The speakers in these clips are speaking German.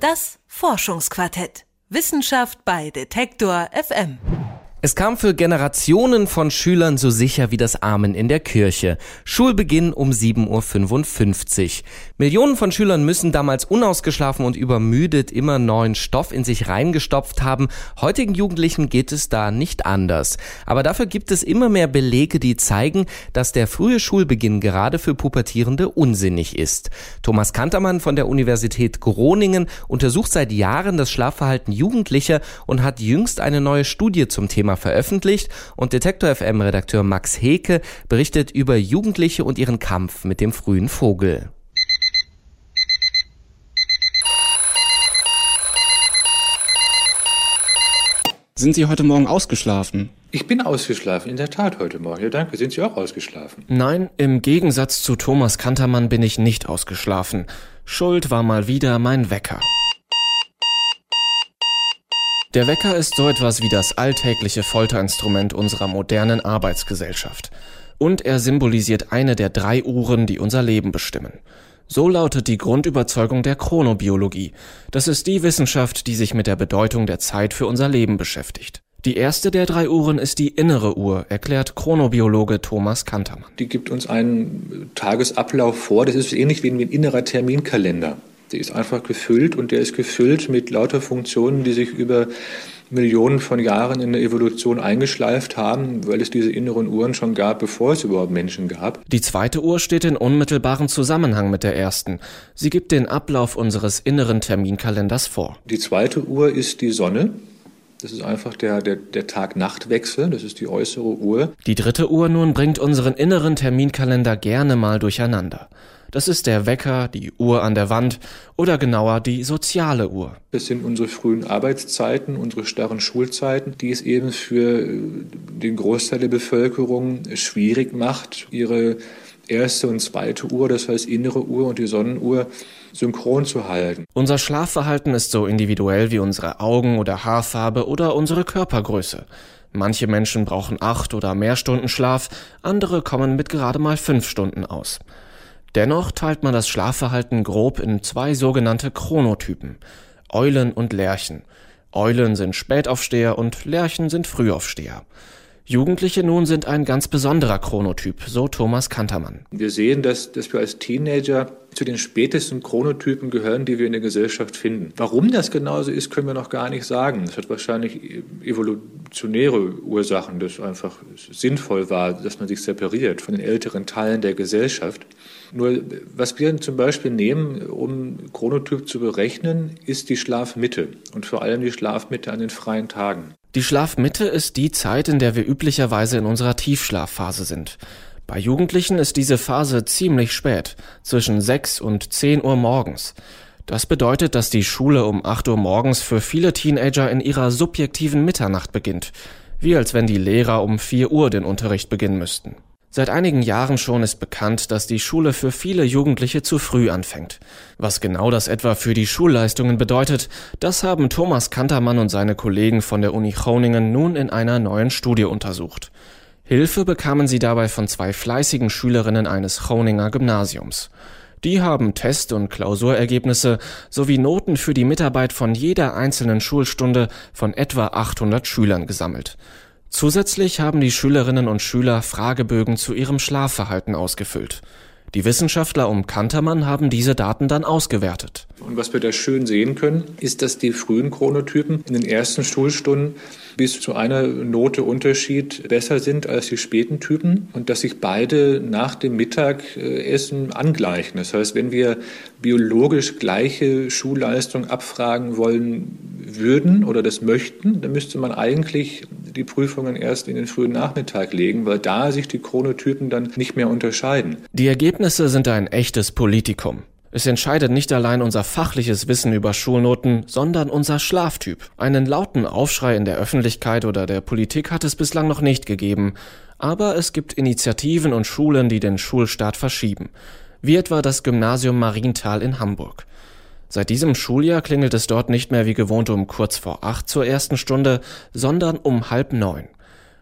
Das Forschungsquartett. Wissenschaft bei Detektor FM. Es kam für Generationen von Schülern so sicher wie das Amen in der Kirche. Schulbeginn um 7.55 Uhr. Millionen von Schülern müssen damals unausgeschlafen und übermüdet immer neuen Stoff in sich reingestopft haben. Heutigen Jugendlichen geht es da nicht anders. Aber dafür gibt es immer mehr Belege, die zeigen, dass der frühe Schulbeginn gerade für Pubertierende unsinnig ist. Thomas Kantermann von der Universität Groningen untersucht seit Jahren das Schlafverhalten Jugendlicher und hat jüngst eine neue Studie zum Thema veröffentlicht, und Detektor FM-Redakteur Max Heke berichtet über Jugendliche und ihren Kampf mit dem frühen Vogel. Sind Sie heute Morgen ausgeschlafen? Ich bin ausgeschlafen, in der Tat heute Morgen. Ja, danke. Sind Sie auch ausgeschlafen? Nein, im Gegensatz zu Thomas Kantermann bin ich nicht ausgeschlafen. Schuld war mal wieder mein Wecker. Der Wecker ist so etwas wie das alltägliche Folterinstrument unserer modernen Arbeitsgesellschaft. Und er symbolisiert eine der 3 Uhren, die unser Leben bestimmen. So lautet die Grundüberzeugung der Chronobiologie. Das ist die Wissenschaft, die sich mit der Bedeutung der Zeit für unser Leben beschäftigt. Die erste der 3 Uhren ist die innere Uhr, erklärt Chronobiologe Thomas Kantermann. Die gibt uns einen Tagesablauf vor. Das ist ähnlich wie ein innerer Terminkalender. Der ist einfach gefüllt, und der ist gefüllt mit lauter Funktionen, die sich über Millionen von Jahren in der Evolution eingeschleift haben, weil es diese inneren Uhren schon gab, bevor es überhaupt Menschen gab. Die zweite Uhr steht in unmittelbarem Zusammenhang mit der ersten. Sie gibt den Ablauf unseres inneren Terminkalenders vor. Die zweite Uhr ist die Sonne. Das ist einfach der Tag-Nacht-Wechsel, das ist die äußere Uhr. Die dritte Uhr nun bringt unseren inneren Terminkalender gerne mal durcheinander. Das ist der Wecker, die Uhr an der Wand oder genauer die soziale Uhr. Das sind unsere frühen Arbeitszeiten, unsere starren Schulzeiten, die es eben für den Großteil der Bevölkerung schwierig macht, ihre erste und zweite Uhr, das heißt innere Uhr und die Sonnenuhr, synchron zu halten. Unser Schlafverhalten ist so individuell wie unsere Augen- oder Haarfarbe oder unsere Körpergröße. Manche Menschen brauchen 8 oder mehr Stunden Schlaf, andere kommen mit gerade mal 5 Stunden aus. Dennoch teilt man das Schlafverhalten grob in 2 sogenannte Chronotypen: Eulen und Lerchen. Eulen sind Spätaufsteher und Lerchen sind Frühaufsteher. Jugendliche nun sind ein ganz besonderer Chronotyp, so Thomas Kantermann. Wir sehen, dass wir als Teenager zu den spätesten Chronotypen gehören, die wir in der Gesellschaft finden. Warum das genauso ist, können wir noch gar nicht sagen. Es hat wahrscheinlich evolutionäre Ursachen, dass einfach sinnvoll war, dass man sich separiert von den älteren Teilen der Gesellschaft. Nur was wir zum Beispiel nehmen, um Chronotyp zu berechnen, ist die Schlafmitte und vor allem die Schlafmitte an den freien Tagen. Die Schlafmitte ist die Zeit, in der wir üblicherweise in unserer Tiefschlafphase sind. Bei Jugendlichen ist diese Phase ziemlich spät, zwischen 6 und 10 Uhr morgens. Das bedeutet, dass die Schule um 8 Uhr morgens für viele Teenager in ihrer subjektiven Mitternacht beginnt, wie als wenn die Lehrer um 4 Uhr den Unterricht beginnen müssten. Seit einigen Jahren schon ist bekannt, dass die Schule für viele Jugendliche zu früh anfängt. Was genau das etwa für die Schulleistungen bedeutet, das haben Thomas Kantermann und seine Kollegen von der Uni Groningen nun in einer neuen Studie untersucht. Hilfe bekamen sie dabei von 2 fleißigen Schülerinnen eines Groninger Gymnasiums. Die haben Test- und Klausurergebnisse sowie Noten für die Mitarbeit von jeder einzelnen Schulstunde von etwa 800 Schülern gesammelt. Zusätzlich haben die Schülerinnen und Schüler Fragebögen zu ihrem Schlafverhalten ausgefüllt. Die Wissenschaftler um Kantermann haben diese Daten dann ausgewertet. Und was wir da schön sehen können, ist, dass die frühen Chronotypen in den ersten Schulstunden bis zu einer Note Unterschied besser sind als die späten Typen und dass sich beide nach dem Mittagessen angleichen. Das heißt, wenn wir biologisch gleiche Schulleistung abfragen wollen würden oder das möchten, dann müsste man eigentlich die Prüfungen erst in den frühen Nachmittag legen, weil da sich die Chronotypen dann nicht mehr unterscheiden. Die Ergebnisse sind ein echtes Politikum. Es entscheidet nicht allein unser fachliches Wissen über Schulnoten, sondern unser Schlaftyp. Einen lauten Aufschrei in der Öffentlichkeit oder der Politik hat es bislang noch nicht gegeben, aber es gibt Initiativen und Schulen, die den Schulstart verschieben, wie etwa das Gymnasium Marienthal in Hamburg. Seit diesem Schuljahr klingelt es dort nicht mehr wie gewohnt um kurz vor 8 zur ersten Stunde, sondern um 8:30.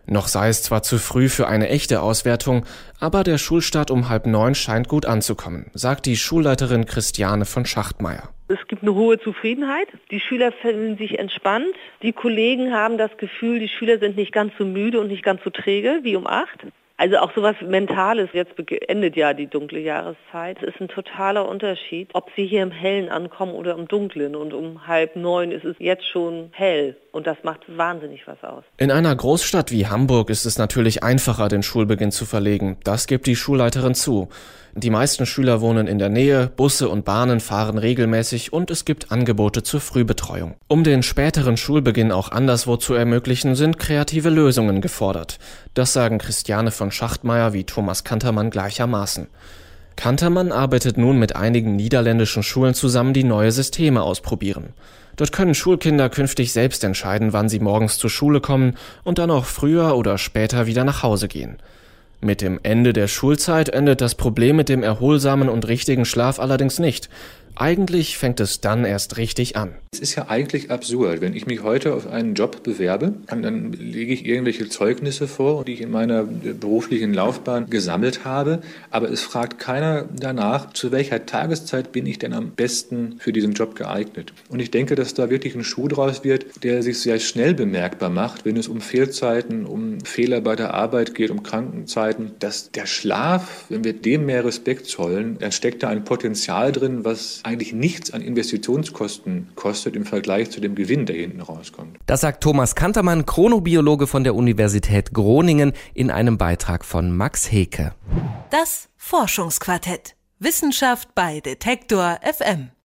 Noch sei es zwar zu früh für eine echte Auswertung, aber der Schulstart um 8:30 scheint gut anzukommen, sagt die Schulleiterin Christiane von Schachtmeier. Es gibt eine hohe Zufriedenheit. Die Schüler fühlen sich entspannt. Die Kollegen haben das Gefühl, die Schüler sind nicht ganz so müde und nicht ganz so träge wie um 8. Also auch sowas Mentales, jetzt endet ja die dunkle Jahreszeit. Es ist ein totaler Unterschied, ob sie hier im Hellen ankommen oder im Dunklen. Und um 8:30 ist es jetzt schon hell. Und das macht wahnsinnig was aus. In einer Großstadt wie Hamburg ist es natürlich einfacher, den Schulbeginn zu verlegen. Das gibt die Schulleiterin zu. Die meisten Schüler wohnen in der Nähe, Busse und Bahnen fahren regelmäßig und es gibt Angebote zur Frühbetreuung. Um den späteren Schulbeginn auch anderswo zu ermöglichen, sind kreative Lösungen gefordert. Das sagen Christiane von Schachtmeier wie Thomas Kantermann gleichermaßen. Kantermann arbeitet nun mit einigen niederländischen Schulen zusammen, die neue Systeme ausprobieren. Dort können Schulkinder künftig selbst entscheiden, wann sie morgens zur Schule kommen und dann auch früher oder später wieder nach Hause gehen. Mit dem Ende der Schulzeit endet das Problem mit dem erholsamen und richtigen Schlaf allerdings nicht. Eigentlich fängt es dann erst richtig an. Es ist ja eigentlich absurd, wenn ich mich heute auf einen Job bewerbe, dann lege ich irgendwelche Zeugnisse vor, die ich in meiner beruflichen Laufbahn gesammelt habe, aber es fragt keiner danach, zu welcher Tageszeit bin ich denn am besten für diesen Job geeignet. Und ich denke, dass da wirklich ein Schuh draus wird, der sich sehr schnell bemerkbar macht, wenn es um Fehlzeiten, um Fehler bei der Arbeit geht, um Krankenzeiten, dass der Schlaf, wenn wir dem mehr Respekt zollen, dann steckt da ein Potenzial drin, was eigentlich nichts an Investitionskosten kostet im Vergleich zu dem Gewinn, der hinten rauskommt. Das sagt Thomas Kantermann, Chronobiologe von der Universität Groningen, in einem Beitrag von Max Heke. Das Forschungsquartett. Wissenschaft bei Detektor FM.